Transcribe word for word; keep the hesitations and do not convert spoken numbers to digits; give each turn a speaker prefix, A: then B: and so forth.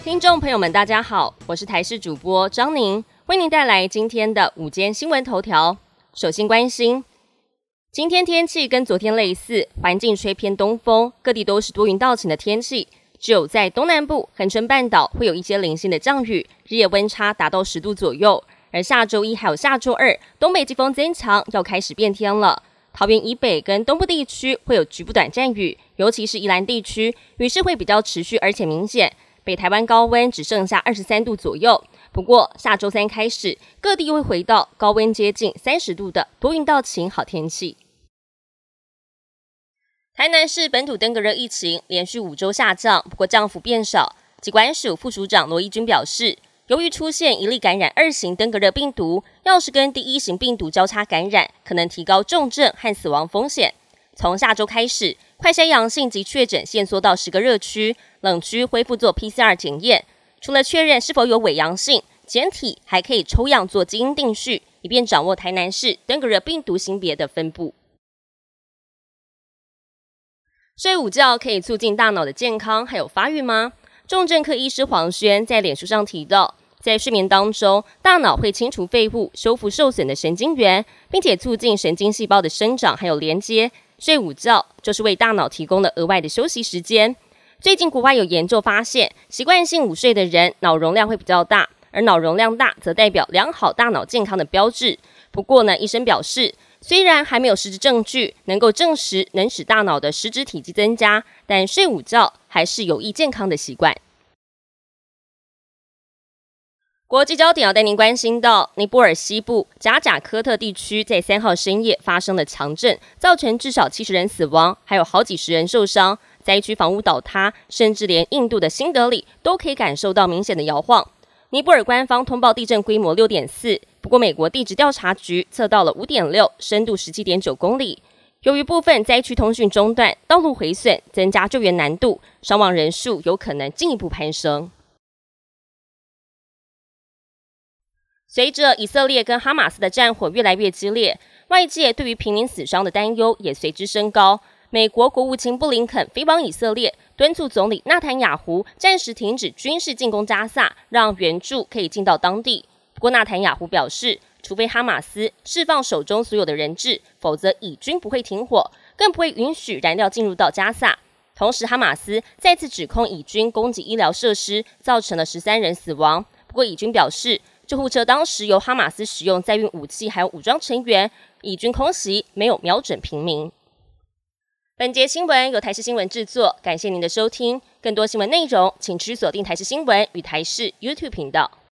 A: 听众朋友们，大家好，我是台视主播张宁，为您带来今天的午间新闻头条。首先关心，今天天气跟昨天类似，环境吹偏东风，各地都是多云到晴的天气，只有在东南部、恒春半岛会有一些零星的降雨，日夜温差达到十度左右。而下周一还有下周二，东北季风增强，要开始变天了。桃园以北跟东部地区会有局部短暂雨，尤其是宜兰地区，雨势会比较持续而且明显。北台湾高温只剩下二十三度左右，不过下周三开始，各地又会回到高温接近三十度的多云到晴好天气。台南市本土登革热疫情连续五周下降，不过降幅变少。疾管署副署长罗一军表示，由于出现一例感染二型登革热病毒，要是跟第一型病毒交叉感染，可能提高重症和死亡风险。从下周开始，快筛阳性及确诊限缩到十个热区，冷区恢复做 P C R 检验。除了确认是否有伪阳性，检体还可以抽样做基因定序，以便掌握台南市登革热病毒型别的分布。睡午觉可以促进大脑的健康还有发育吗？重症科医师黄轩在脸书上提到，在睡眠当中，大脑会清除废物，修复受损的神经元，并且促进神经细胞的生长还有连接。睡午觉就是为大脑提供了额外的休息时间。最近国外有研究发现，习惯性午睡的人脑容量会比较大，而脑容量大则代表良好大脑健康的标志。不过呢，医生表示，虽然还没有实质证据能够证实能使大脑的实质体积增加，但睡午觉还是有益健康的习惯。国际焦点要带您关心到，尼泊尔西部贾贾科特地区在三号深夜发生了强震，造成至少七十人死亡，还有好几十人受伤。灾区房屋倒塌，甚至连印度的新德里都可以感受到明显的摇晃。尼泊尔官方通报地震规模 六点四， 不过美国地质调查局测到了 五点六， 深度 十七点九公里。由于部分灾区通讯中断，道路毁损，增加救援难度，伤亡人数有可能进一步攀升。随着以色列跟哈马斯的战火越来越激烈，外界对于平民死伤的担忧也随之升高。美国国务卿布林肯飞往以色列，敦促总理纳坦雅胡暂时停止军事进攻加萨，让援助可以进到当地。不过纳坦雅胡表示，除非哈马斯释放手中所有的人质，否则以军不会停火，更不会允许燃料进入到加萨。同时，哈马斯再次指控以军攻击医疗设施，造成了十三人死亡。不过以军表示，救护车当时由哈马斯使用载运武器还有武装成员，以军空袭没有瞄准平民。本节新闻由台视新闻制作，感谢您的收听。更多新闻内容，请持续锁定台视新闻与台视 YouTube 频道。